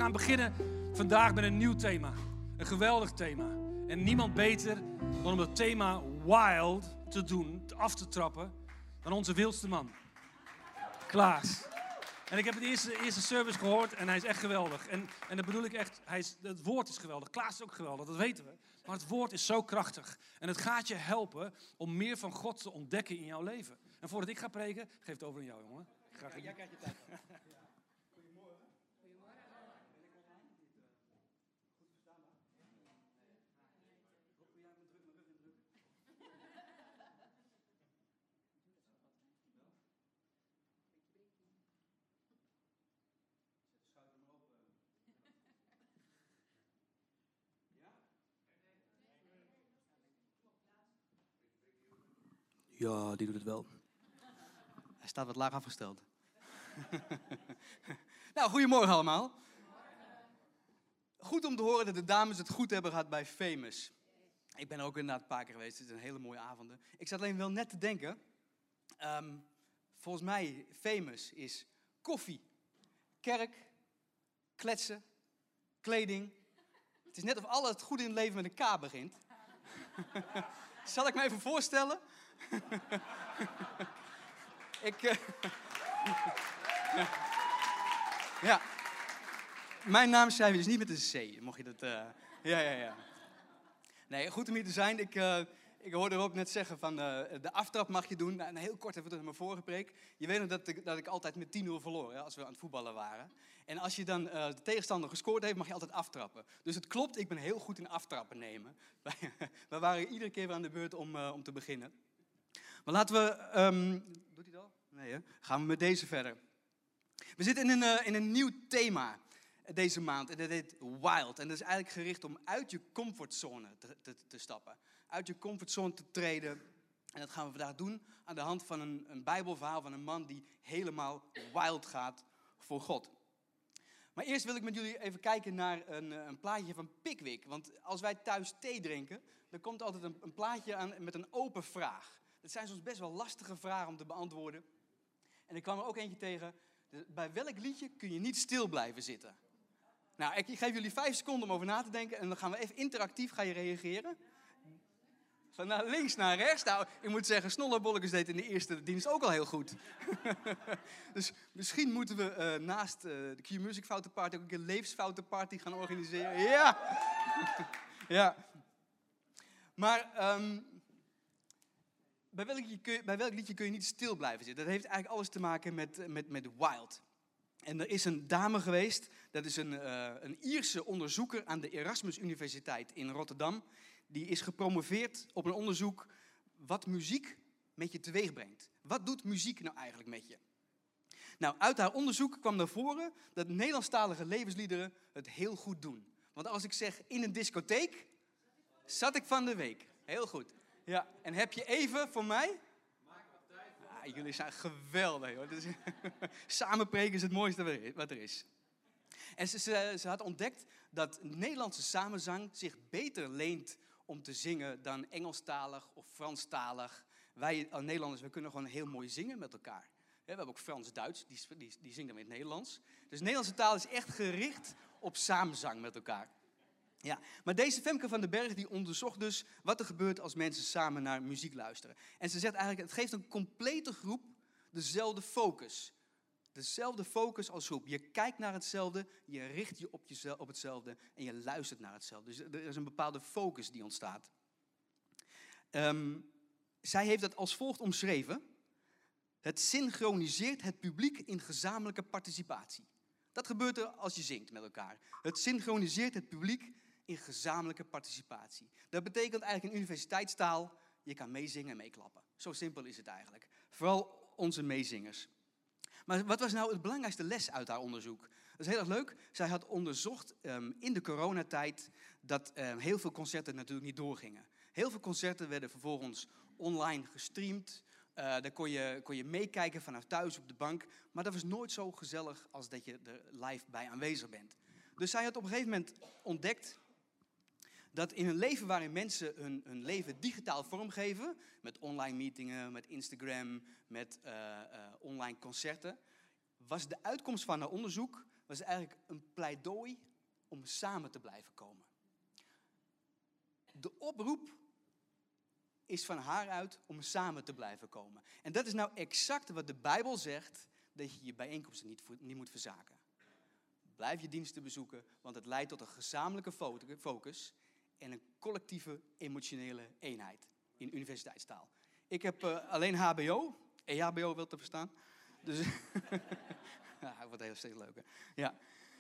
gaan beginnen vandaag met een nieuw thema. Een geweldig thema. En niemand beter dan om het thema wild te doen, af te trappen, dan onze wildste man. Klaas. En ik heb de eerste service gehoord en hij is echt geweldig. En dat bedoel ik echt, het woord is geweldig. Klaas is ook geweldig, dat weten we. Maar het woord is zo krachtig. En het gaat je helpen om meer van God te ontdekken in jouw leven. En voordat ik ga preken, geef het over aan jou, jongen. Jij krijgt je tijd. Ja, die doet het wel. Hij staat wat laag afgesteld. Nou, goedemorgen allemaal. Goed om te horen dat de dames het goed hebben gehad bij Famous. Ik ben er ook inderdaad een paar keer geweest. Het zijn hele mooie avonden. Ik zat alleen wel net te denken. Volgens mij, Famous is koffie, kerk, kletsen, kleding. Het is net of alles het goede in het leven met een K begint. Zal ik me even voorstellen? Ja. Mijn naam schrijf je dus niet met een C, mocht je dat... Ja. Nee, goed om hier te zijn. Ik hoorde Rob net zeggen van de aftrap mag je doen. Nou, heel kort even terug naar mijn vorige preek. Je weet nog dat ik altijd met 10-0 verloor, hè, als we aan het voetballen waren. En als je dan de tegenstander gescoord heeft, mag je altijd aftrappen. Dus het klopt, ik ben heel goed in aftrappen nemen. We waren iedere keer weer aan de beurt om te beginnen. Maar laten we... doet hij het al? Nee, hè? Gaan we met deze verder. We zitten in een nieuw thema deze maand. En dat heet Wild. En dat is eigenlijk gericht om uit je comfortzone te stappen. Uit je comfortzone te treden. En dat gaan we vandaag doen aan de hand van een Bijbelverhaal van een man die helemaal wild gaat voor God. Maar eerst wil ik met jullie even kijken naar een plaatje van Pickwick. Want als wij thuis thee drinken, dan komt altijd een plaatje aan met een open vraag. Dat zijn soms best wel lastige vragen om te beantwoorden. En ik kwam er ook eentje tegen. Bij welk liedje kun je niet stil blijven zitten? Nou, ik geef jullie 5 seconden om over na te denken. En dan gaan we even interactief ga je reageren. Van naar links naar rechts. Nou, ik moet zeggen, Snollebolletjes deed in de eerste dienst ook al heel goed. Dus misschien moeten we naast de Q-Music Fouten Party ook een keer Leefsfouten Party gaan organiseren. Ja! Ja. Maar bij welk liedje kun je niet stil blijven zitten? Dat heeft eigenlijk alles te maken met wild. En er is een dame geweest, dat is een Ierse onderzoeker aan de Erasmus Universiteit in Rotterdam. Die is gepromoveerd op een onderzoek wat muziek met je teweeg brengt. Wat doet muziek nou eigenlijk met je? Nou, uit haar onderzoek kwam naar voren dat Nederlandstalige levensliederen het heel goed doen. Want als ik zeg in een discotheek, zat ik van de week. Heel goed. Ja, en heb je even voor mij? Ah, jullie zijn geweldig, hoor. Dus, samen preken is het mooiste wat er is. En ze had ontdekt dat Nederlandse samenzang zich beter leent om te zingen dan Engelstalig of Franstalig. Wij Nederlanders, we kunnen gewoon heel mooi zingen met elkaar. We hebben ook Frans-Duits, die zingen dan in het Nederlands. Dus de Nederlandse taal is echt gericht op samenzang met elkaar. Ja, maar deze Femke van den Berg die onderzocht dus wat er gebeurt als mensen samen naar muziek luisteren. En ze zegt eigenlijk, het geeft een complete groep dezelfde focus. Dezelfde focus als groep. Je kijkt naar hetzelfde, je richt je op hetzelfde en je luistert naar hetzelfde. Dus er is een bepaalde focus die ontstaat. Zij heeft dat als volgt omschreven. Het synchroniseert het publiek in gezamenlijke participatie. Dat gebeurt er als je zingt met elkaar. Het synchroniseert het publiek in gezamenlijke participatie. Dat betekent eigenlijk in universiteitstaal, je kan meezingen en meeklappen. Zo simpel is het eigenlijk. Vooral onze meezingers. Maar wat was nou het belangrijkste les uit haar onderzoek? Dat is heel erg leuk. Zij had onderzocht in de coronatijd dat heel veel concerten natuurlijk niet doorgingen. Heel veel concerten werden vervolgens online gestreamd. Daar kon je meekijken vanaf thuis op de bank. Maar dat was nooit zo gezellig als dat je er live bij aanwezig bent. Dus zij had op een gegeven moment ontdekt dat in een leven waarin mensen hun leven digitaal vormgeven, met online meetingen, met Instagram, met online concerten, was de uitkomst van haar onderzoek was eigenlijk een pleidooi om samen te blijven komen. De oproep is van haar uit om samen te blijven komen. En dat is nou exact wat de Bijbel zegt, dat je je bijeenkomsten niet moet verzaken. Blijf je diensten bezoeken, want het leidt tot een gezamenlijke focus en een collectieve emotionele eenheid in universiteitstaal. Ik heb alleen HBO, EHBO wil te verstaan. Dus ja, dat wordt heel steeds leuker. Ja.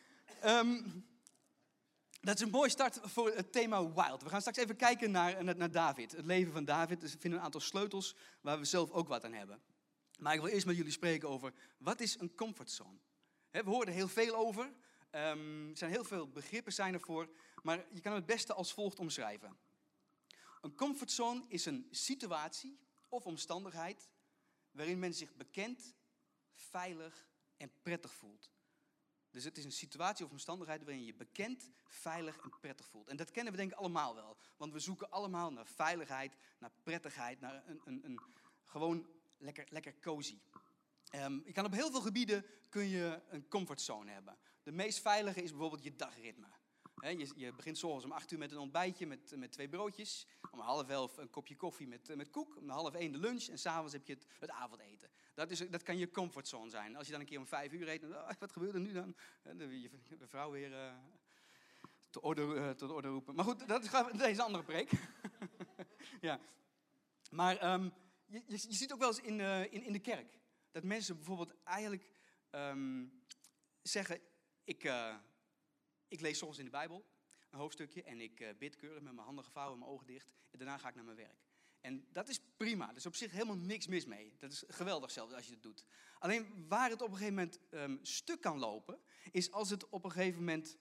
Dat is een mooie start voor het thema wild. We gaan straks even kijken naar David, het leven van David. Dus we vinden een aantal sleutels waar we zelf ook wat aan hebben. Maar ik wil eerst met jullie spreken over, wat is een comfortzone? We horen er heel veel over. Er zijn heel veel begrippen zijn ervoor. Maar je kan het beste als volgt omschrijven. Een comfortzone is een situatie of omstandigheid waarin men zich bekend, veilig en prettig voelt. Dus het is een situatie of omstandigheid waarin je je bekend, veilig en prettig voelt. En dat kennen we denk ik allemaal wel. Want we zoeken allemaal naar veiligheid, naar prettigheid, naar een gewoon lekker cozy. Je kan op heel veel gebieden kun je een comfortzone hebben. De meest veilige is bijvoorbeeld je dagritme. Je begint 's ochtends om 8 uur met een ontbijtje met 2 broodjes. Om 10:30 een kopje koffie met koek. Om 12:30 de lunch. En 's avonds heb je het avondeten. Dat kan je comfortzone zijn. Als je dan een keer om 5 uur eet. Wat gebeurt er nu dan? Je vrouw weer tot de orde roepen. Maar goed, dat is deze andere preek. Ja. Maar je ziet ook wel eens in de kerk. Dat mensen bijvoorbeeld eigenlijk zeggen, ik lees soms in de Bijbel een hoofdstukje en ik bid keurig met mijn handen gevouwen en mijn ogen dicht. En daarna ga ik naar mijn werk. En dat is prima. Er is op zich helemaal niks mis mee. Dat is geweldig zelfs als je dat doet. Alleen waar het op een gegeven moment stuk kan lopen, is als het op een gegeven moment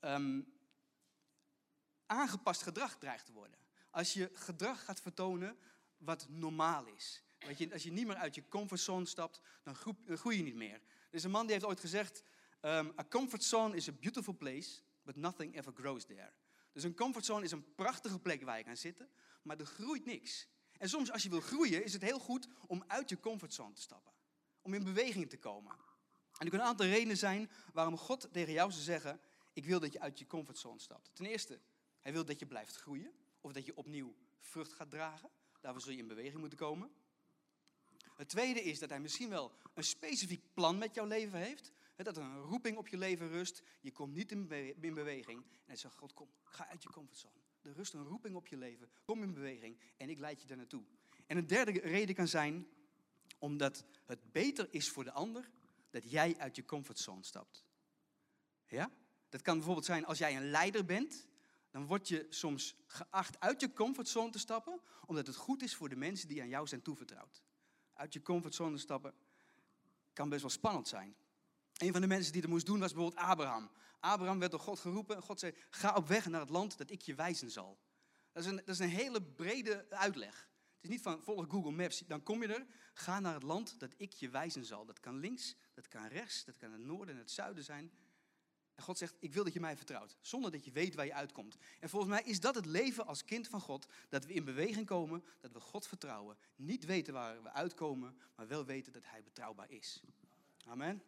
aangepast gedrag dreigt te worden. Als je gedrag gaat vertonen wat normaal is. Als je niet meer uit je comfortzone stapt, dan groei je niet meer. Er is een man die heeft ooit gezegd, a comfort zone is a beautiful place, but nothing ever grows there. Dus een comfortzone is een prachtige plek waar je kan zitten, maar er groeit niks. En soms als je wil groeien, is het heel goed om uit je comfortzone te stappen. Om in beweging te komen. En er kunnen een aantal redenen zijn waarom God tegen jou zou zeggen, ik wil dat je uit je comfortzone stapt. Ten eerste, hij wil dat je blijft groeien, of dat je opnieuw vrucht gaat dragen. Daarvoor zul je in beweging moeten komen. Het tweede is dat hij misschien wel een specifiek plan met jouw leven heeft. Dat er een roeping op je leven rust. Je komt niet in beweging. En hij zegt, God, kom, ga uit je comfortzone. Er rust een roeping op je leven. Kom in beweging en ik leid je daar naartoe. En een derde reden kan zijn, omdat het beter is voor de ander dat jij uit je comfortzone stapt. Ja? Dat kan bijvoorbeeld zijn als jij een leider bent. Dan word je soms geacht uit je comfortzone te stappen, omdat het goed is voor de mensen die aan jou zijn toevertrouwd. Uit je comfortzone stappen kan best wel spannend zijn. Een van de mensen die dat moest doen was bijvoorbeeld Abraham. Abraham werd door God geroepen en God zei, ga op weg naar het land dat ik je wijzen zal. Dat is een hele brede uitleg. Het is niet van volg Google Maps, dan kom je er. Ga naar het land dat ik je wijzen zal. Dat kan links, dat kan rechts, dat kan het noorden en het zuiden zijn. En God zegt, ik wil dat je mij vertrouwt, zonder dat je weet waar je uitkomt. En volgens mij is dat het leven als kind van God, dat we in beweging komen, dat we God vertrouwen. Niet weten waar we uitkomen, maar wel weten dat hij betrouwbaar is. Amen.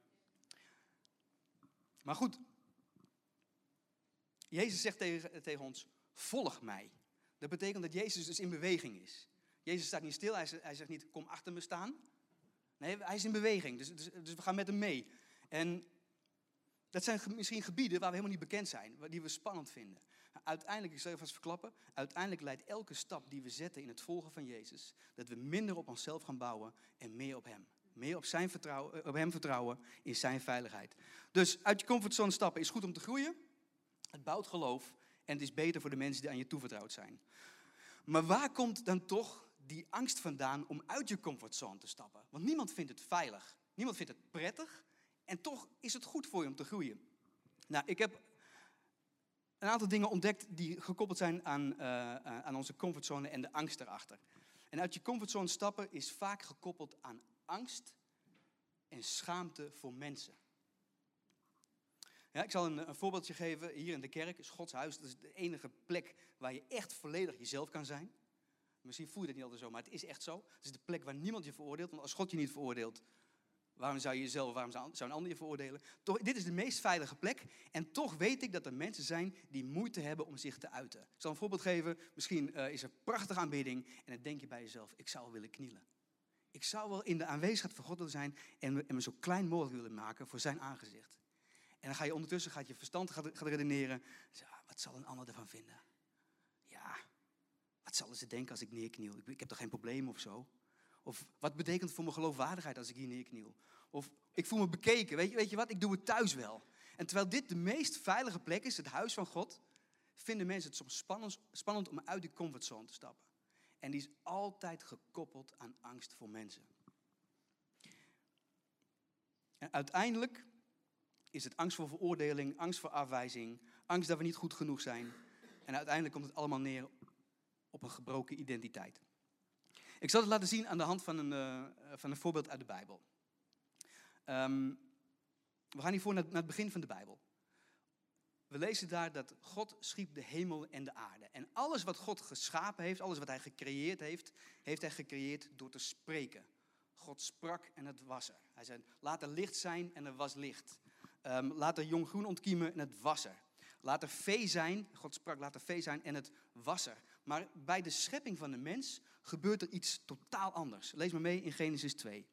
Maar goed, Jezus zegt tegen ons, volg mij. Dat betekent dat Jezus dus in beweging is. Jezus staat niet stil, hij zegt niet, kom achter me staan. Nee, hij is in beweging, dus we gaan met hem mee. En dat zijn misschien gebieden waar we helemaal niet bekend zijn, die we spannend vinden. Uiteindelijk, ik zal je vast verklappen, uiteindelijk leidt elke stap die we zetten in het volgen van Jezus, dat we minder op onszelf gaan bouwen en meer op hem. Meer op hem vertrouwen in zijn veiligheid. Dus uit je comfortzone stappen is goed om te groeien. Het bouwt geloof en het is beter voor de mensen die aan je toevertrouwd zijn. Maar waar komt dan toch die angst vandaan om uit je comfortzone te stappen? Want niemand vindt het veilig. Niemand vindt het prettig. En toch is het goed voor je om te groeien. Nou, ik heb een aantal dingen ontdekt die gekoppeld zijn aan onze comfortzone en de angst erachter. En uit je comfortzone stappen is vaak gekoppeld aan angst en schaamte voor mensen. Ja, ik zal een voorbeeldje geven. Hier in de kerk is Gods huis. Dat is de enige plek waar je echt volledig jezelf kan zijn. Misschien voel je dat niet altijd zo, maar het is echt zo. Het is de plek waar niemand je veroordeelt. Want als God je niet veroordeelt, Waarom zou je jezelf, waarom zou een ander je veroordelen? Toch, dit is de meest veilige plek. En toch weet ik dat er mensen zijn die moeite hebben om zich te uiten. Ik zal een voorbeeld geven. Misschien is er prachtige aanbidding. En dan denk je bij jezelf, ik zou wel willen knielen. Ik zou wel in de aanwezigheid van God willen zijn. En me zo klein mogelijk willen maken voor zijn aangezicht. En dan ga je ondertussen, gaat je verstand gaat redeneren. Wat zal een ander ervan vinden? Ja, wat zullen ze denken als ik neerkniel? Ik heb toch geen probleem of zo? Of wat betekent het voor mijn geloofwaardigheid als ik hier neerkniel? Of ik voel me bekeken. Weet je wat, ik doe het thuis wel. En terwijl dit de meest veilige plek is, het huis van God, vinden mensen het soms spannend om uit die comfortzone te stappen. En die is altijd gekoppeld aan angst voor mensen. En uiteindelijk is het angst voor veroordeling, angst voor afwijzing, angst dat we niet goed genoeg zijn. En uiteindelijk komt het allemaal neer op een gebroken identiteit. Ik zal het laten zien aan de hand van een voorbeeld uit de Bijbel. We gaan hiervoor naar het begin van de Bijbel. We lezen daar dat God schiep de hemel en de aarde. En alles wat God geschapen heeft, alles wat hij gecreëerd heeft, heeft hij gecreëerd door te spreken. God sprak en het was er. Hij zei, laat er licht zijn en er was licht. Laat er jong groen ontkiemen en het was er. Laat er vee zijn, God sprak, laat er vee zijn en het was er. Maar bij de schepping van de mens gebeurt er iets totaal anders. Lees maar mee in Genesis 2.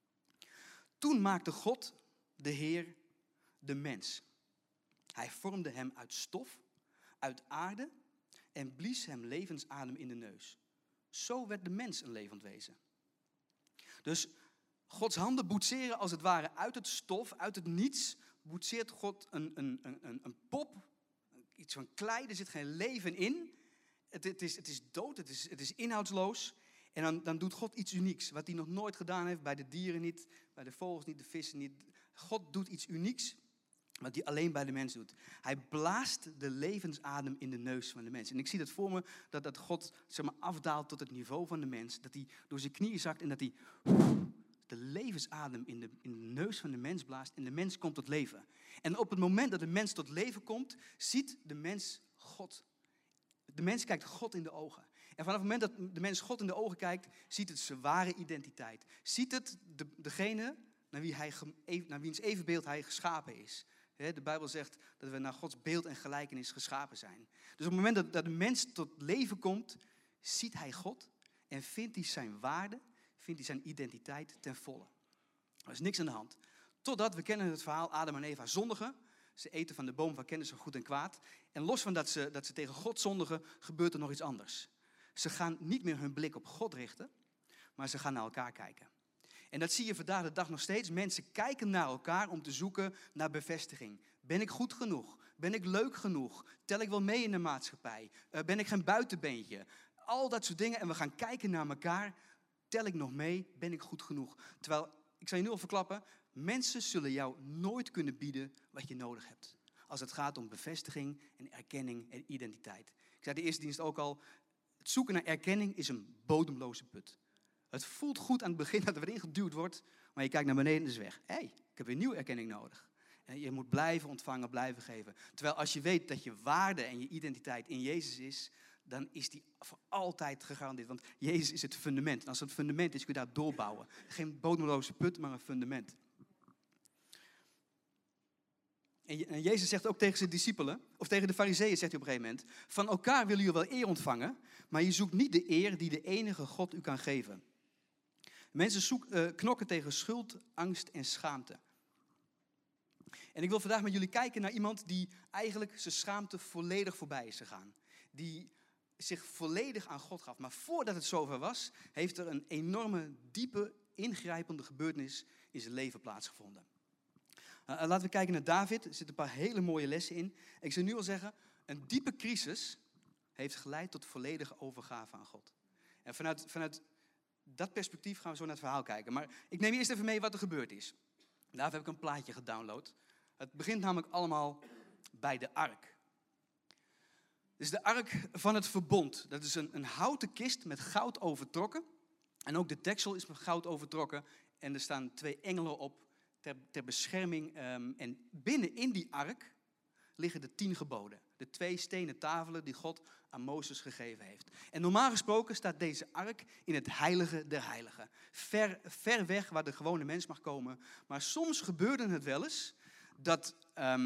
Toen maakte God, de Heer, de mens. Hij vormde hem uit stof, uit aarde en blies hem levensadem in de neus. Zo werd de mens een levend wezen. Dus Gods handen boetseren als het ware uit het stof, uit het niets, boetseert God een pop, iets van klei, er zit geen leven in. Het is dood, het is inhoudsloos. En dan doet God iets unieks, wat hij nog nooit gedaan heeft, bij de dieren niet, bij de vogels niet, de vissen niet. God doet iets unieks, wat hij alleen bij de mens doet. Hij blaast de levensadem in de neus van de mens. En ik zie dat voor me, dat God afdaalt tot het niveau van de mens. Dat hij door zijn knieën zakt en dat hij de levensadem in de neus van de mens blaast. En de mens komt tot leven. En op het moment dat de mens tot leven komt, ziet de mens God. De mens kijkt God in de ogen. En vanaf het moment dat de mens God in de ogen kijkt, ziet het zijn ware identiteit. Ziet het degene naar wiens evenbeeld hij geschapen is. De Bijbel zegt dat we naar Gods beeld en gelijkenis geschapen zijn. Dus op het moment dat de mens tot leven komt, ziet hij God en vindt hij zijn waarde, vindt hij zijn identiteit ten volle. Er is niks aan de hand. Totdat, we kennen het verhaal, Adam en Eva zondigen. Ze eten van de boom van kennis van goed en kwaad. En los van dat ze tegen God zondigen, gebeurt er nog iets anders. Ze gaan niet meer hun blik op God richten, maar ze gaan naar elkaar kijken. En dat zie je vandaag de dag nog steeds. Mensen kijken naar elkaar om te zoeken naar bevestiging. Ben ik goed genoeg? Ben ik leuk genoeg? Tel ik wel mee in de maatschappij? Ben ik geen buitenbeentje? Al dat soort dingen. En we gaan kijken naar elkaar. Tel ik nog mee? Ben ik goed genoeg? Terwijl, ik zal je nu al verklappen, mensen zullen jou nooit kunnen bieden wat je nodig hebt. Als het gaat om bevestiging en erkenning en identiteit. Ik zei de eerste dienst ook al, het zoeken naar erkenning is een bodemloze put. Het voelt goed aan het begin dat er erin geduwd wordt, maar je kijkt naar beneden en is weg. Hé, ik heb weer nieuwe erkenning nodig. En je moet blijven ontvangen, blijven geven. Terwijl als je weet dat je waarde en je identiteit in Jezus is, dan is die voor altijd gegarandeerd. Want Jezus is het fundament. En als het fundament is, kun je daar doorbouwen. Geen bodemloze put, maar een fundament. En Jezus zegt ook tegen zijn discipelen, of tegen de farizeeën zegt hij op een gegeven moment, van elkaar willen jullie wel eer ontvangen, maar je zoekt niet de eer die de enige God u kan geven. Mensen knokken tegen schuld, angst en schaamte. En ik wil vandaag met jullie kijken naar iemand die eigenlijk zijn schaamte volledig voorbij is gegaan. Die zich volledig aan God gaf. Maar voordat het zover was, heeft er een enorme, diepe, ingrijpende gebeurtenis in zijn leven plaatsgevonden. Laten we kijken naar David. Er zitten een paar hele mooie lessen in. Ik zou nu al zeggen, een diepe crisis heeft geleid tot volledige overgave aan God. En vanuit dat perspectief gaan we zo naar het verhaal kijken. Maar ik neem je eerst even mee wat er gebeurd is. Daarvoor heb ik een plaatje gedownload. Het begint namelijk allemaal bij de ark. Dit is de ark van het verbond. Dat is een houten kist met goud overtrokken. En ook de deksel is met goud overtrokken. En er staan 2 engelen op ter bescherming. En binnen in die ark liggen de 10 geboden. De 2 stenen tafelen die God aan Mozes gegeven heeft. En normaal gesproken staat deze ark in het heilige der heiligen. Ver weg waar de gewone mens mag komen. Maar soms gebeurde het wel eens dat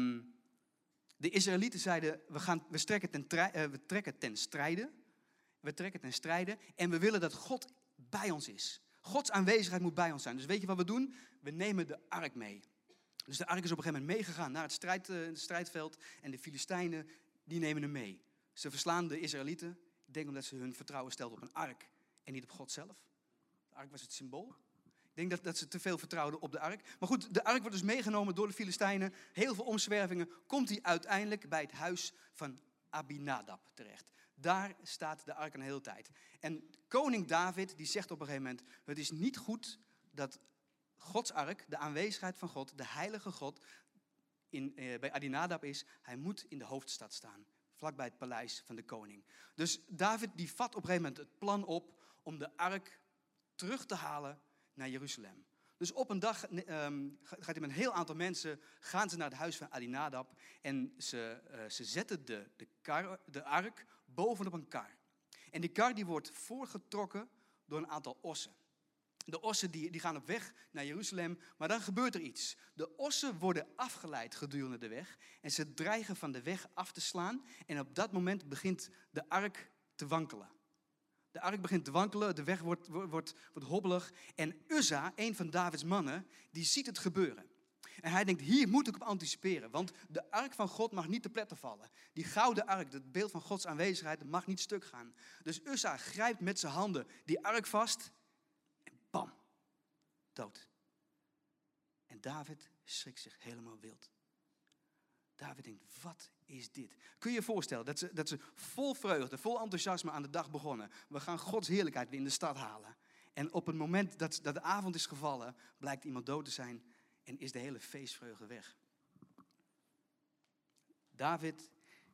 de Israëlieten zeiden, we trekken ten strijde. We trekken ten strijde en we willen dat God bij ons is. Gods aanwezigheid moet bij ons zijn. Dus weet je wat we doen? We nemen de ark mee. Dus de ark is op een gegeven moment meegegaan naar het strijdveld. En de Filistijnen, die nemen hem mee. Ze verslaan de Israëlieten. Ik denk omdat ze hun vertrouwen stelden op een ark en niet op God zelf. De ark was het symbool. Ik denk dat ze te veel vertrouwden op de ark. Maar goed, de ark wordt dus meegenomen door de Filistijnen. Heel veel omzwervingen. Komt hij uiteindelijk bij het huis van Abinadab terecht. Daar staat de ark een hele tijd. En koning David die zegt op een gegeven moment, het is niet goed dat Gods ark, de aanwezigheid van God, de heilige God, bij Abinadab is. Hij moet in de hoofdstad staan, vlakbij het paleis van de koning. Dus David die vat op een gegeven moment het plan op om de ark terug te halen naar Jeruzalem. Dus op een dag gaat hij met een heel aantal mensen, gaan ze naar het huis van Abinadab en ze zetten de ark bovenop een kar. En die kar die wordt voorgetrokken door een aantal ossen. De ossen die gaan op weg naar Jeruzalem, maar dan gebeurt er iets. De ossen worden afgeleid gedurende de weg en ze dreigen van de weg af te slaan. En op dat moment begint de ark te wankelen. De ark begint te wankelen, de weg wordt hobbelig. En Uzza, een van Davids mannen, die ziet het gebeuren. En hij denkt, hier moet ik op anticiperen, want de ark van God mag niet te pletter vallen. Die gouden ark, het beeld van Gods aanwezigheid, mag niet stuk gaan. Dus Uzza grijpt met zijn handen die ark vast en bam, dood. En David schrikt zich helemaal wild. David denkt, wat is dit? Kun je je voorstellen dat ze vol vreugde, vol enthousiasme aan de dag begonnen. We gaan Gods heerlijkheid weer in de stad halen. En op het moment dat de avond is gevallen, blijkt iemand dood te zijn en is de hele feestvreugde weg. David,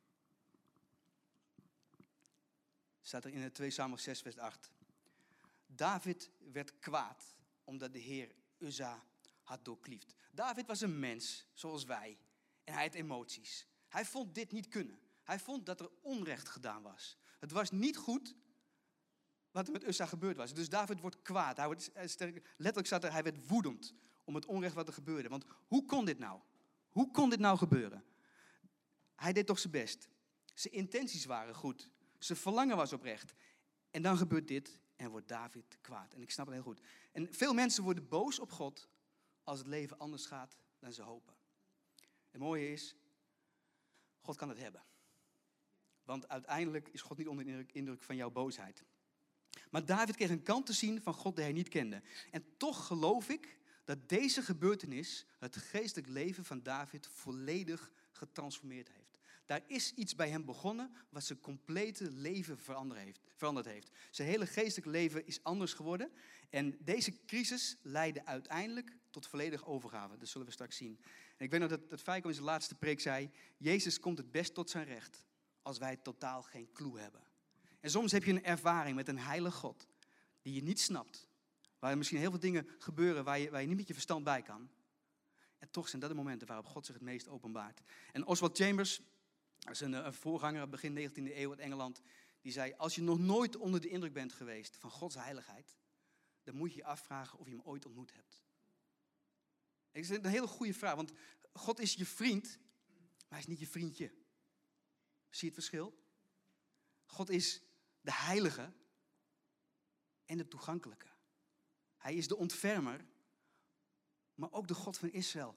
staat er in 2 Samuel 6 vers 8. David werd kwaad omdat de Heer Uzza had doorkliefd. David was een mens, zoals wij. En hij had emoties. Hij vond dit niet kunnen. Hij vond dat er onrecht gedaan was. Het was niet goed wat er met Uzza gebeurd was. Dus David wordt kwaad. Letterlijk staat er, hij werd woedend om het onrecht wat er gebeurde. Want hoe kon dit nou? Hoe kon dit nou gebeuren? Hij deed toch zijn best. Zijn intenties waren goed. Zijn verlangen was oprecht. En dan gebeurt dit en wordt David kwaad. En ik snap het heel goed. En veel mensen worden boos op God als het leven anders gaat dan ze hopen. Het mooie is, God kan het hebben. Want uiteindelijk is God niet onder de indruk van jouw boosheid. Maar David kreeg een kant te zien van God die hij niet kende. En toch geloof ik dat deze gebeurtenis het geestelijk leven van David volledig getransformeerd heeft. Daar is iets bij hem begonnen wat zijn complete leven veranderd heeft. Zijn hele geestelijk leven is anders geworden. En deze crisis leidde uiteindelijk tot volledige overgave. Dat zullen we straks zien. En ik weet nog dat Feiko in zijn laatste preek zei, Jezus komt het best tot zijn recht als wij totaal geen clue hebben. En soms heb je een ervaring met een heilige God die je niet snapt. Waar er misschien heel veel dingen gebeuren waar je niet met je verstand bij kan. En toch zijn dat de momenten waarop God zich het meest openbaart. En Oswald Chambers, dat is een voorganger begin 19e eeuw uit Engeland, die zei, als je nog nooit onder de indruk bent geweest van Gods heiligheid, dan moet je je afvragen of je hem ooit ontmoet hebt. Dat is een hele goede vraag, want God is je vriend, maar hij is niet je vriendje. Zie je het verschil? God is de heilige en de toegankelijke. Hij is de ontfermer, maar ook de God van Israël.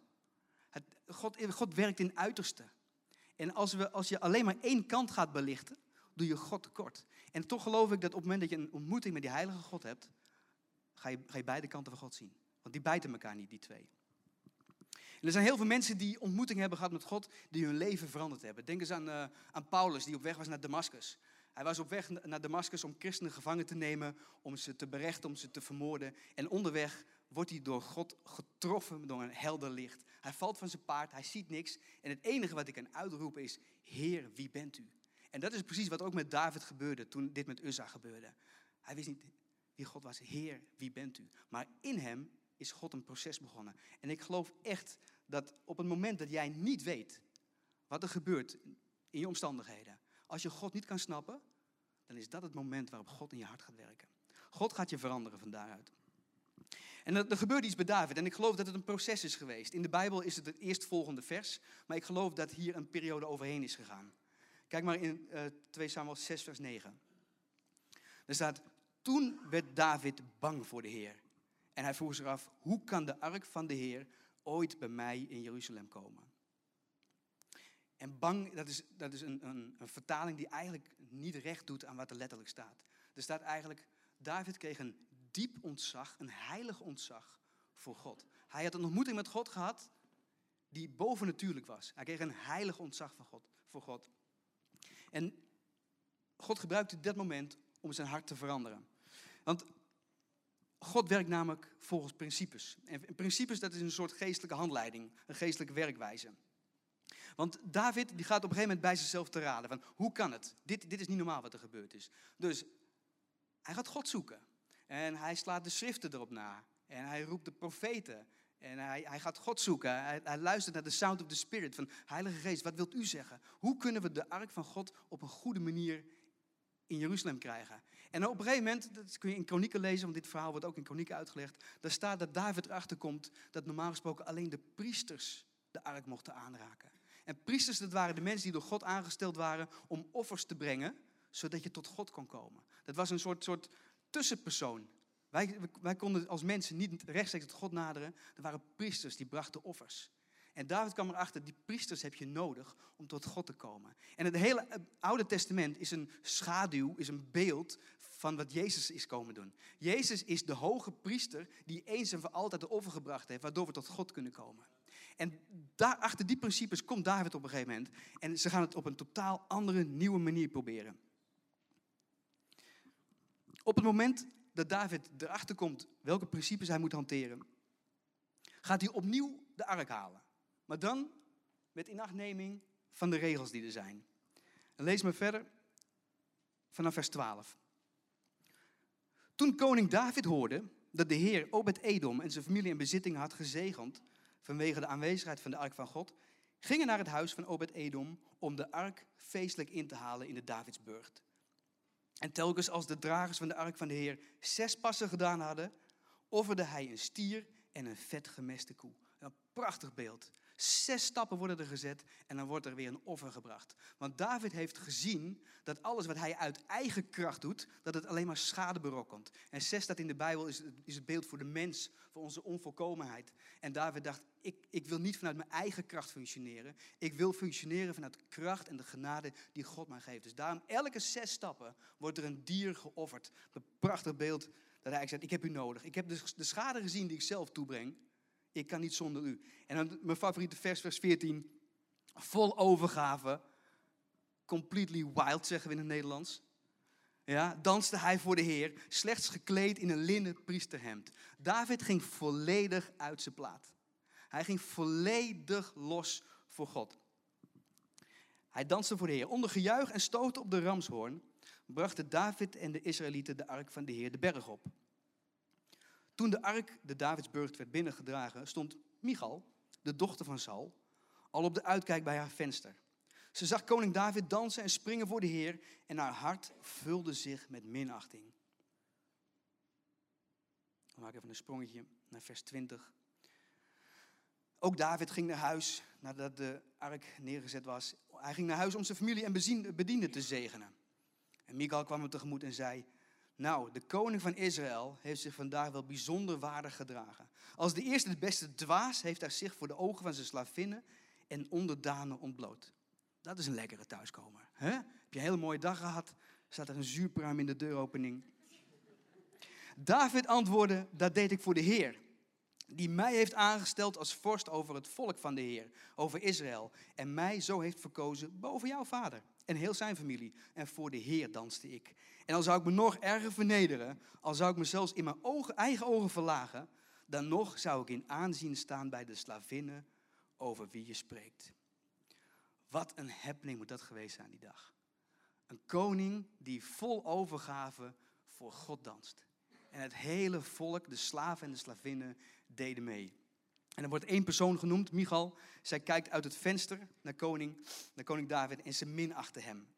God werkt in uiterste. En als je alleen maar één kant gaat belichten, doe je God tekort. En toch geloof ik dat op het moment dat je een ontmoeting met die heilige God hebt, ga je beide kanten van God zien. Want die bijten elkaar niet, die twee. En er zijn heel veel mensen die ontmoeting hebben gehad met God, die hun leven veranderd hebben. Denk eens aan Paulus, die op weg was naar Damascus. Hij was op weg naar Damascus om christenen gevangen te nemen, om ze te berechten, om ze te vermoorden. En onderweg wordt hij door God getroffen door een helder licht. Hij valt van zijn paard, hij ziet niks. En het enige wat ik kan uitroepen is, Heer, wie bent u? En dat is precies wat ook met David gebeurde toen dit met Uzza gebeurde. Hij wist niet wie God was. Heer, wie bent u? Maar in hem is God een proces begonnen. En ik geloof echt dat op het moment dat jij niet weet wat er gebeurt in je omstandigheden. Als je God niet kan snappen, dan is dat het moment waarop God in je hart gaat werken. God gaat je veranderen van daaruit. En er gebeurde iets bij David en ik geloof dat het een proces is geweest. In de Bijbel is het eerstvolgende vers, maar ik geloof dat hier een periode overheen is gegaan. Kijk maar in 2 Samuel 6 vers 9. Er staat, toen werd David bang voor de Heer. En hij vroeg zich af, hoe kan de ark van de Heer ooit bij mij in Jeruzalem komen? En bang, dat is een vertaling die eigenlijk niet recht doet aan wat er letterlijk staat. Er staat eigenlijk, David kreeg een diep ontzag, een heilig ontzag voor God. Hij had een ontmoeting met God gehad die bovennatuurlijk was. Hij kreeg een heilig ontzag voor God. En God gebruikte dat moment om zijn hart te veranderen. Want God werkt namelijk volgens principes. En principes, dat is een soort geestelijke handleiding, een geestelijke werkwijze. Want David die gaat op een gegeven moment bij zichzelf te raden van, hoe kan het? Dit is niet normaal wat er gebeurd is. Dus hij gaat God zoeken. En hij slaat de schriften erop na. En hij roept de profeten. En hij gaat God zoeken. Hij luistert naar de sound of the Spirit. Van, Heilige Geest, wat wilt u zeggen? Hoe kunnen we de ark van God op een goede manier in Jeruzalem krijgen? En op een gegeven moment, dat kun je in Kronieken lezen, want dit verhaal wordt ook in Kronieken uitgelegd. Daar staat dat David erachter komt dat normaal gesproken alleen de priesters de ark mochten aanraken. En priesters, dat waren de mensen die door God aangesteld waren om offers te brengen, zodat je tot God kon komen. Dat was een soort tussenpersoon. Wij konden als mensen niet rechtstreeks tot God naderen. Er waren priesters die brachten offers. En David kwam erachter, die priesters heb je nodig om tot God te komen. En het hele Oude Testament is een schaduw, is een beeld van wat Jezus is komen doen. Jezus is de hoge priester die eens en voor altijd de offer gebracht heeft, waardoor we tot God kunnen komen. En achter die principes komt David op een gegeven moment. En ze gaan het op een totaal andere, nieuwe manier proberen. Op het moment dat David erachter komt welke principes hij moet hanteren, gaat hij opnieuw de ark halen. Maar dan met inachtneming van de regels die er zijn. En lees maar verder vanaf vers 12. Toen koning David hoorde dat de Heer Obed-Edom en zijn familie en bezittingen had gezegend vanwege de aanwezigheid van de ark van God, gingen naar het huis van Obed-Edom om de ark feestelijk in te halen in de Davidsburcht. En telkens als de dragers van de ark van de Heer 6 passen gedaan hadden, offerde hij een stier en een vet gemeste koe. Een prachtig beeld. 6 stappen worden er gezet en dan wordt er weer een offer gebracht. Want David heeft gezien dat alles wat hij uit eigen kracht doet, dat het alleen maar schade berokkent. En 6 staat in de Bijbel, is het beeld voor de mens, voor onze onvolkomenheid. En David dacht, ik wil niet vanuit mijn eigen kracht functioneren. Ik wil functioneren vanuit de kracht en de genade die God mij geeft. Dus daarom elke 6 stappen wordt er een dier geofferd. Een prachtig beeld dat hij zegt, ik heb u nodig. Ik heb de schade gezien die ik zelf toebreng. Ik kan niet zonder u. En dan mijn favoriete vers 14. Vol overgave. Completely wild, zeggen we in het Nederlands. Ja, danste hij voor de Heer, slechts gekleed in een linnen priesterhemd. David ging volledig uit zijn plaat. Hij ging volledig los voor God. Hij danste voor de Heer. Onder gejuich en stoten op de ramshoorn brachten David en de Israëlieten de ark van de Heer de berg op. Toen de ark de Davidsburcht werd binnengedragen, stond Michal, de dochter van Saul, al op de uitkijk bij haar venster. Ze zag koning David dansen en springen voor de Heer en haar hart vulde zich met minachting. We maken even een sprongetje naar vers 20. Ook David ging naar huis nadat de ark neergezet was. Hij ging naar huis om zijn familie en bedienden te zegenen. En Michal kwam hem tegemoet en zei, nou, de koning van Israël heeft zich vandaag wel bijzonder waardig gedragen. Als de eerste de beste dwaas heeft hij zich voor de ogen van zijn slavinnen en onderdanen ontbloot. Dat is een lekkere thuiskomer. Hè? Heb je een hele mooie dag gehad? Staat er een zuurpruim in de deuropening. David antwoordde, dat deed ik voor de Heer, die mij heeft aangesteld als vorst over het volk van de Heer, over Israël. En mij zo heeft verkozen boven jouw vader en heel zijn familie. En voor de Heer danste ik. En al zou ik me nog erger vernederen, al zou ik me zelfs in mijn eigen ogen verlagen, dan nog zou ik in aanzien staan bij de slavinnen over wie je spreekt. Wat een happening moet dat geweest zijn die dag. Een koning die vol overgave voor God danst. En het hele volk, de slaven en de slavinnen, deden mee. En er wordt één persoon genoemd, Michal. Zij kijkt uit het venster naar koning David en ze minachtte hem.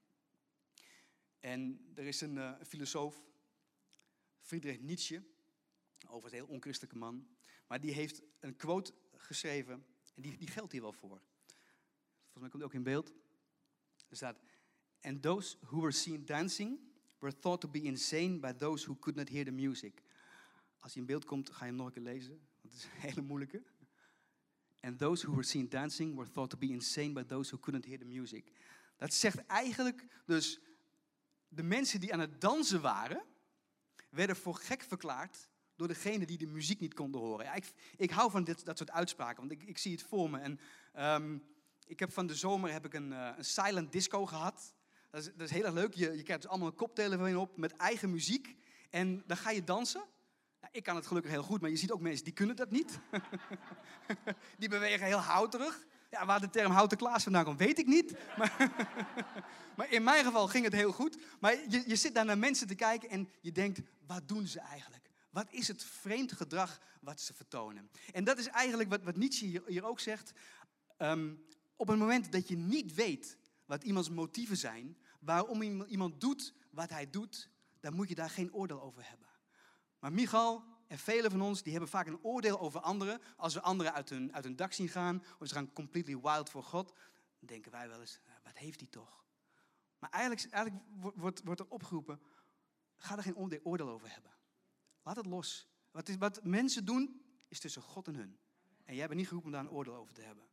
En er is een filosoof, Friedrich Nietzsche, overigens een heel onchristelijke man. Maar die heeft een quote geschreven en die geldt hier wel voor. Volgens mij komt het ook in beeld. Er staat: "And those who were seen dancing were thought to be insane by those who could not hear the music." Als hij in beeld komt, ga je hem nog een keer lezen, want het is een hele moeilijke. "And those who were seen dancing were thought to be insane by those who couldn't hear the music." Dat zegt eigenlijk dus, de mensen die aan het dansen waren, werden voor gek verklaard door degene die de muziek niet konden horen. Ja, ik hou van dat soort uitspraken, want ik zie het voor me. En ik heb van de zomer een silent disco gehad. Dat is heel erg leuk. Je krijgt dus allemaal een koptelefoon op met eigen muziek. En dan ga je dansen. Nou, ik kan het gelukkig heel goed, maar je ziet ook mensen die kunnen dat niet. Die bewegen heel houterig. Ja, waar de term houten Klaas vandaan komt, weet ik niet. Maar in mijn geval ging het heel goed. Maar je zit daar naar mensen te kijken en je denkt, wat doen ze eigenlijk? Wat is het vreemd gedrag wat ze vertonen? En dat is eigenlijk wat Nietzsche hier ook zegt. Op het moment dat je niet weet wat iemands motieven zijn, waarom iemand doet wat hij doet, dan moet je daar geen oordeel over hebben. Maar Michal en velen van ons, die hebben vaak een oordeel over anderen. Als we anderen uit hun dak zien gaan, of ze gaan completely wild voor God, dan denken wij wel eens, wat heeft hij toch? Maar eigenlijk wordt er opgeroepen, ga er geen oordeel over hebben. Laat het los. Wat mensen doen, is tussen God en hun. En jij bent niet geroepen om daar een oordeel over te hebben.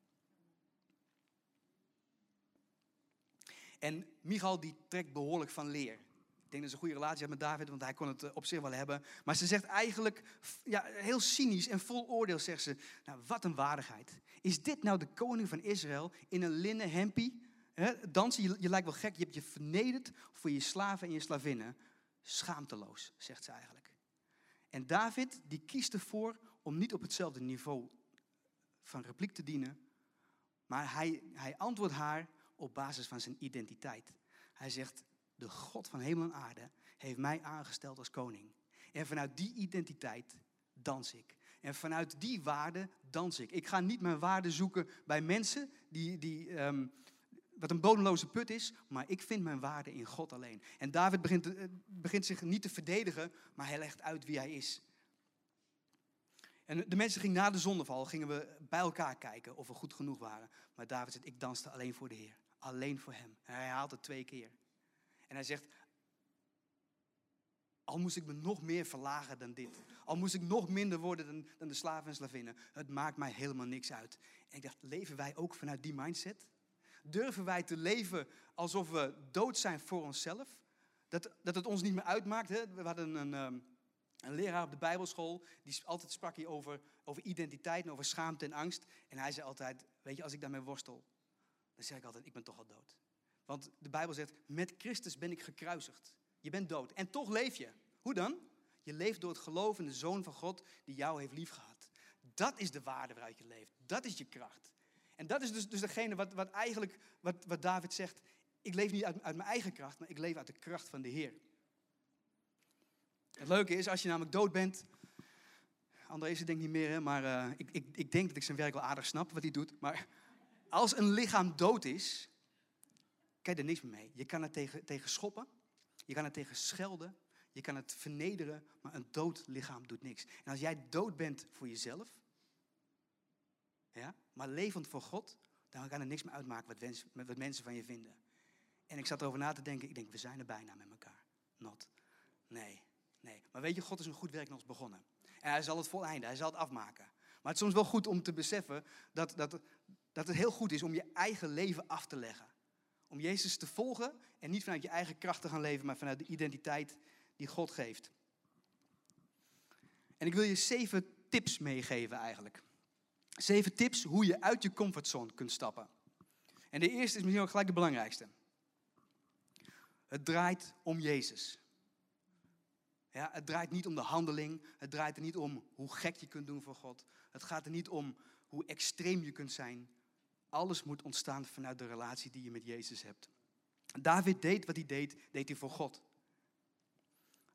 En Michal die trekt behoorlijk van leer. Ik denk dat ze een goede relatie heeft met David, want hij kon het op zich wel hebben. Maar ze zegt eigenlijk, ja, heel cynisch en vol oordeel, zegt ze, nou, wat een waardigheid. Is dit nou de koning van Israël in een linnen hempie? Dansen, je lijkt wel gek, je hebt je vernederd voor je slaven en je slavinnen. Schaamteloos, zegt ze eigenlijk. En David, die kiest ervoor om niet op hetzelfde niveau van repliek te dienen. Maar hij antwoordt haar op basis van zijn identiteit. Hij zegt, de God van hemel en aarde heeft mij aangesteld als koning. En vanuit die identiteit dans ik. En vanuit die waarde dans ik. Ik ga niet mijn waarde zoeken bij mensen wat een bodemloze put is, maar ik vind mijn waarde in God alleen. En David begint zich niet te verdedigen, maar hij legt uit wie hij is. En de mensen gingen na de zondeval, gingen we bij elkaar kijken of we goed genoeg waren. Maar David zegt, ik danste alleen voor de Heer. Alleen voor hem. En hij haalt het 2 keer. En hij zegt, al moest ik me nog meer verlagen dan dit. Al moest ik nog minder worden dan de slaven en slavinnen. Het maakt mij helemaal niks uit. En ik dacht, leven wij ook vanuit die mindset? Durven wij te leven alsof we dood zijn voor onszelf? Dat het ons niet meer uitmaakt. Hè? We hadden een leraar op de Bijbelschool, die altijd sprak hier over identiteit en over schaamte en angst. En hij zei altijd, weet je, als ik daarmee worstel, dan zeg ik altijd, ik ben toch al dood. Want de Bijbel zegt, met Christus ben ik gekruisigd. Je bent dood en toch leef je. Hoe dan? Je leeft door het geloof in de Zoon van God die jou heeft liefgehad. Dat is de waarde waaruit je leeft. Dat is je kracht. En dat is dus degene wat David zegt. Ik leef niet uit mijn eigen kracht, maar ik leef uit de kracht van de Heer. Het leuke is, als je namelijk dood bent. André is het denk ik niet meer, hè, maar ik denk dat ik zijn werk wel aardig snap wat hij doet. Maar als een lichaam dood is, kan je er niks meer mee. Je kan er tegen schoppen, je kan er tegen schelden, je kan het vernederen, maar een dood lichaam doet niks. En als jij dood bent voor jezelf, ja, maar levend voor God, dan kan er niks meer uitmaken wat mensen van je vinden. En ik zat erover na te denken, ik denk, we zijn er bijna met elkaar. Nee. Maar weet je, God is een goed werk in ons begonnen. En hij zal het voleinden, hij zal het afmaken. Maar het is soms wel goed om te beseffen dat het heel goed is om je eigen leven af te leggen. Om Jezus te volgen en niet vanuit je eigen kracht te gaan leven, maar vanuit de identiteit die God geeft. En ik wil je 7 tips meegeven eigenlijk. 7 tips hoe je uit je comfortzone kunt stappen. En de eerste is misschien ook gelijk de belangrijkste. Het draait om Jezus. Ja, het draait niet om de handeling. Het draait er niet om hoe gek je kunt doen voor God. Het gaat er niet om hoe extreem je kunt zijn. Alles moet ontstaan vanuit de relatie die je met Jezus hebt. David deed wat hij deed hij voor God.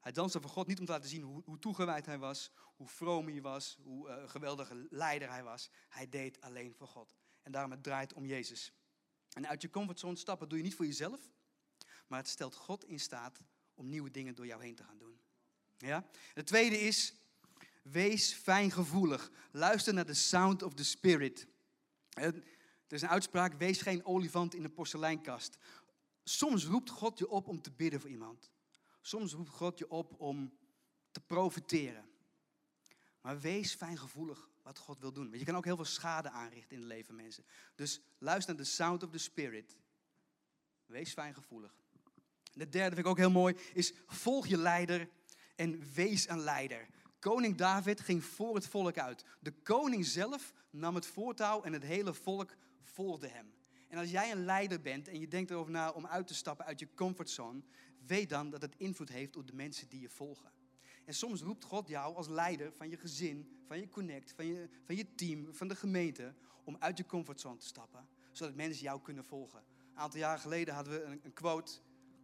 Hij danste voor God niet om te laten zien hoe toegewijd hij was, hoe vroom hij was, hoe geweldige leider hij was. Hij deed alleen voor God. En daarom het draait om Jezus. En uit je comfortzone stappen doe je niet voor jezelf, maar het stelt God in staat om nieuwe dingen door jou heen te gaan doen. Ja? Het tweede is, wees fijngevoelig. Luister naar de sound of the spirit. Er is een uitspraak, wees geen olifant in de porseleinkast. Soms roept God je op om te bidden voor iemand. Soms roept God je op om te profiteren. Maar wees fijngevoelig wat God wil doen. Want je kan ook heel veel schade aanrichten in het leven van mensen. Dus luister naar de sound of the spirit. Wees fijngevoelig. De derde vind ik ook heel mooi, is volg je leider en wees een leider. Koning David ging voor het volk uit. De koning zelf nam het voortouw en het hele volk volgde hem. En als jij een leider bent en je denkt erover na om uit te stappen uit je comfortzone, weet dan dat het invloed heeft op de mensen die je volgen. En soms roept God jou als leider van je gezin, van je connect, van je team, van de gemeente, om uit je comfortzone te stappen, zodat mensen jou kunnen volgen. Een aantal jaren geleden hadden we een quote.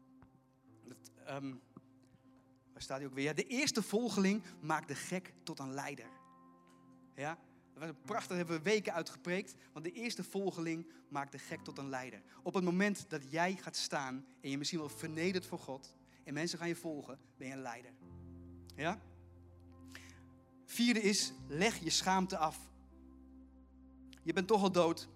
Waar staat hij ook weer? Ja, de eerste volgeling maakt de gek tot een leider. Ja? Dat was prachtig, daar hebben we weken uitgepreekt. Want de eerste volgeling maakt de gek tot een leider. Op het moment dat jij gaat staan en je misschien wel vernedert voor God en mensen gaan je volgen, ben je een leider. Ja? Vierde is, leg je schaamte af. Je bent toch al dood.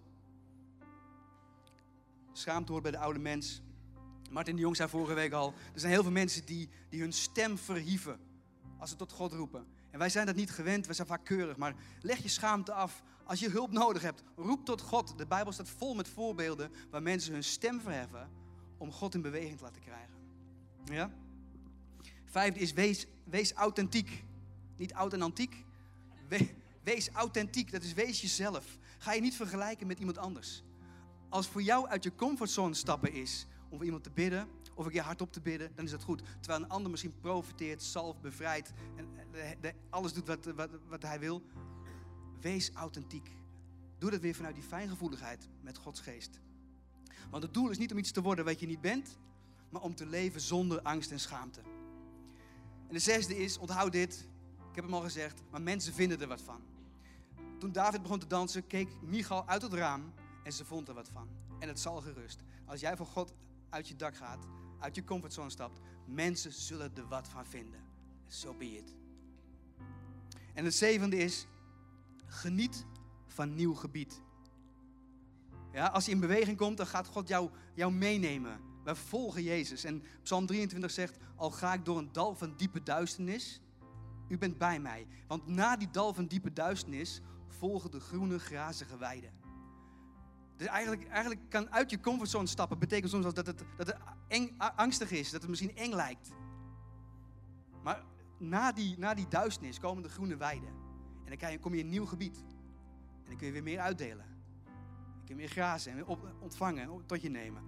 Schaamte hoort bij de oude mens. Martin de Jong zei vorige week al, er zijn heel veel mensen die hun stem verhieven als ze tot God roepen. En wij zijn dat niet gewend, wij zijn vaak keurig, maar leg je schaamte af. Als je hulp nodig hebt, roep tot God. De Bijbel staat vol met voorbeelden waar mensen hun stem verheffen om God in beweging te laten krijgen. Ja? Vijfde is, wees authentiek. Niet oud en antiek. Wees authentiek, dat is wees jezelf. Ga je niet vergelijken met iemand anders. Als voor jou uit je comfortzone stappen is om voor iemand te bidden, of een keer hardop te bidden, dan is dat goed. Terwijl een ander misschien profiteert, zalft, bevrijdt en alles doet wat hij wil. Wees authentiek. Doe dat weer vanuit die fijngevoeligheid met Gods geest. Want het doel is niet om iets te worden wat je niet bent, maar om te leven zonder angst en schaamte. En de zesde is, onthoud dit, ik heb hem al gezegd, maar mensen vinden er wat van. Toen David begon te dansen, keek Michal uit het raam en ze vond er wat van. En het zal gerust. Als jij voor God uit je dak gaat, uit je comfortzone stapt, mensen zullen er wat van vinden. So be it. En het zevende is, geniet van nieuw gebied. Ja, als je in beweging komt, dan gaat God jou meenemen. Wij volgen Jezus. En Psalm 23 zegt, al ga ik door een dal van diepe duisternis, u bent bij mij. Want na die dal van diepe duisternis volgen de groene, grazige weiden. Dus eigenlijk kan uit je comfortzone stappen betekent soms dat het angstig is, dat het misschien eng lijkt. Maar na die duisternis komen de groene weiden. En dan kom je in een nieuw gebied. En dan kun je weer meer uitdelen. Dan kun je meer grazen en weer ontvangen, tot je nemen.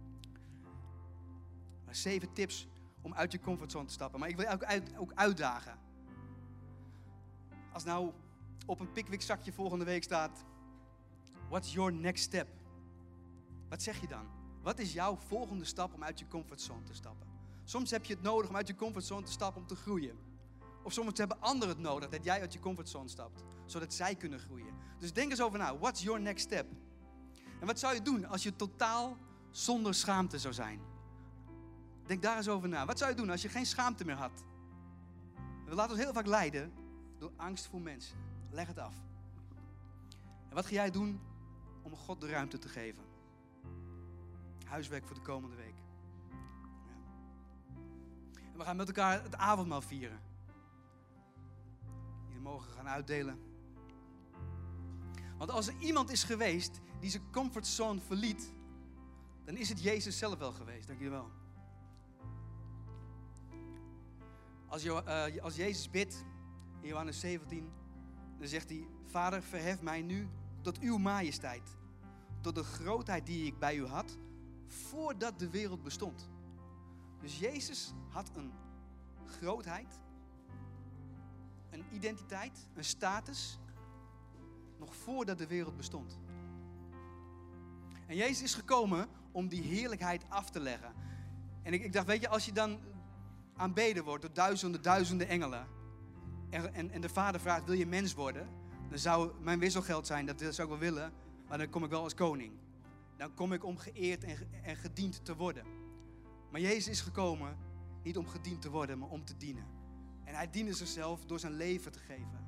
Maar 7 tips om uit je comfortzone te stappen. Maar ik wil je ook uitdagen. Als nou op een Pickwick zakje volgende week staat, what's your next step? Wat zeg je dan? Wat is jouw volgende stap om uit je comfortzone te stappen? Soms heb je het nodig om uit je comfortzone te stappen om te groeien. Of soms hebben anderen het nodig dat jij uit je comfortzone stapt, zodat zij kunnen groeien. Dus denk eens over na, what's your next step? En wat zou je doen als je totaal zonder schaamte zou zijn? Denk daar eens over na. Wat zou je doen als je geen schaamte meer had? We laten ons heel vaak leiden door angst voor mensen. Leg het af. En wat ga jij doen om God de ruimte te geven? Huiswerk voor de komende week. Ja. En we gaan met elkaar het avondmaal vieren. Jullie mogen gaan uitdelen. Want als er iemand is geweest die zijn comfortzone verliet, dan is het Jezus zelf wel geweest. Dank jullie wel. Als Jezus bidt in Johannes 17, dan zegt hij, Vader, verhef mij nu tot uw majesteit. Tot de grootheid die ik bij u had, voordat de wereld bestond. Dus Jezus had een grootheid, een identiteit, een status, nog voordat de wereld bestond. En Jezus is gekomen om die heerlijkheid af te leggen. En ik dacht, weet je, als je dan aanbeden wordt door duizenden engelen. En de Vader vraagt, wil je mens worden? Dan zou mijn wisselgeld zijn, dat zou ik wel willen. Maar dan kom ik wel als koning. Dan kom ik om geëerd en gediend te worden. Maar Jezus is gekomen, niet om gediend te worden, maar om te dienen. En hij diende zichzelf door zijn leven te geven.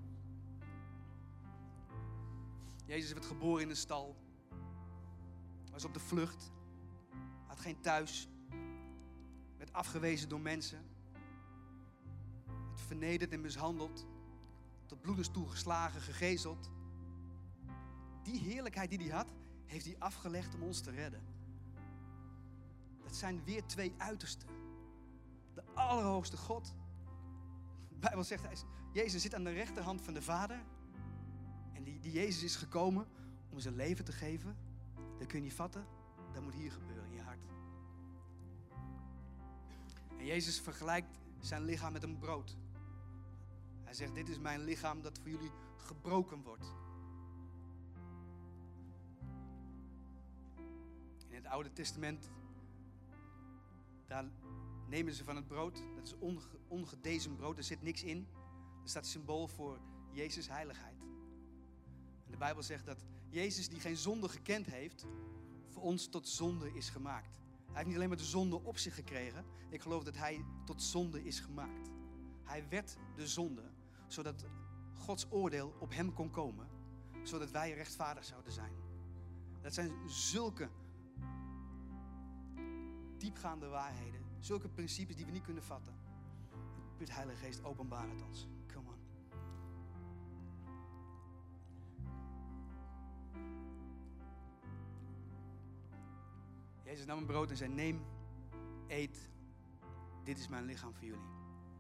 Jezus werd geboren in een stal. Was op de vlucht. Had geen thuis. Werd afgewezen door mensen. Werd vernederd en mishandeld. Tot bloedens toe geslagen, gegezeld. Die heerlijkheid die hij had, heeft hij afgelegd om ons te redden. Dat zijn weer twee uitersten. De Allerhoogste God. De Bijbel zegt, Jezus zit aan de rechterhand van de Vader. En die Jezus is gekomen om zijn leven te geven. Dat kun je niet vatten. Dat moet hier gebeuren in je hart. En Jezus vergelijkt zijn lichaam met een brood. Hij zegt, dit is mijn lichaam dat voor jullie gebroken wordt. In het Oude Testament, daar nemen ze van het brood. Dat is ongedezen brood, er zit niks in. Dat staat symbool voor Jezus' heiligheid. En de Bijbel zegt dat Jezus, die geen zonde gekend heeft, voor ons tot zonde is gemaakt. Hij heeft niet alleen maar de zonde op zich gekregen. Ik geloof dat hij tot zonde is gemaakt. Hij werd de zonde, zodat Gods oordeel op hem kon komen. Zodat wij rechtvaardig zouden zijn. Dat zijn zulke diepgaande waarheden. Zulke principes die we niet kunnen vatten. De Heilige Geest, openbaar het ons. Come on. Jezus nam een brood en zei, neem, eet. Dit is mijn lichaam voor jullie.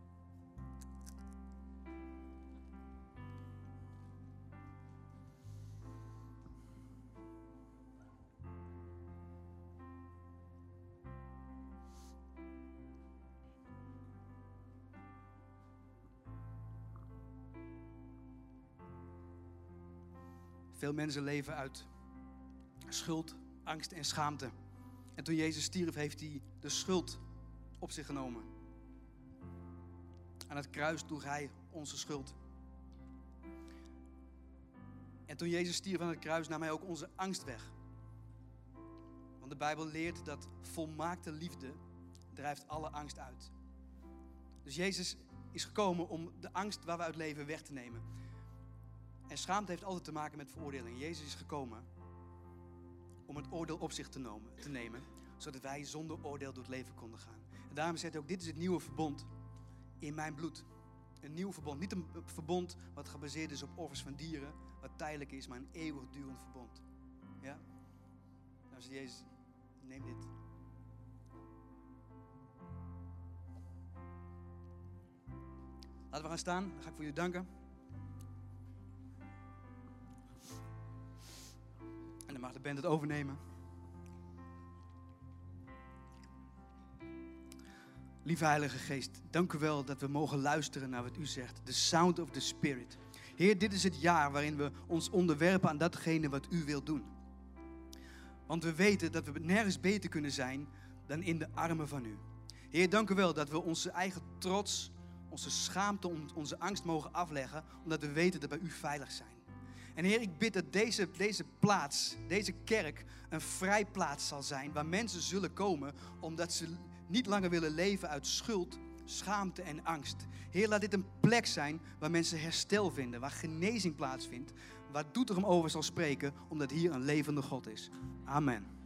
Veel mensen leven uit schuld, angst en schaamte. En toen Jezus stierf, heeft hij de schuld op zich genomen. Aan het kruis droeg hij onze schuld. En toen Jezus stierf aan het kruis, nam hij ook onze angst weg. Want de Bijbel leert dat volmaakte liefde drijft alle angst uit. Dus Jezus is gekomen om de angst waar we uit leven weg te nemen. En schaamte heeft altijd te maken met veroordeling. Jezus is gekomen om het oordeel op zich te nemen, zodat wij zonder oordeel door het leven konden gaan. En daarom zegt hij ook, dit is het nieuwe verbond in mijn bloed. Een nieuw verbond. Niet een verbond wat gebaseerd is op offers van dieren, wat tijdelijk is, maar een eeuwigdurend verbond. Ja? Dan zegt Jezus, neem dit. Laten we gaan staan. Dan ga ik voor jullie danken. En dan mag de band het overnemen. Lieve Heilige Geest, dank u wel dat we mogen luisteren naar wat u zegt. The sound of the Spirit. Heer, dit is het jaar waarin we ons onderwerpen aan datgene wat u wilt doen. Want we weten dat we nergens beter kunnen zijn dan in de armen van u. Heer, dank u wel dat we onze eigen trots, onze schaamte, onze angst mogen afleggen, omdat we weten dat we bij u veilig zijn. En Heer, ik bid dat deze plaats, deze kerk, een vrijplaats zal zijn waar mensen zullen komen omdat ze niet langer willen leven uit schuld, schaamte en angst. Heer, laat dit een plek zijn waar mensen herstel vinden, waar genezing plaatsvindt, waar Doetinchem over zal spreken, omdat hier een levende God is. Amen.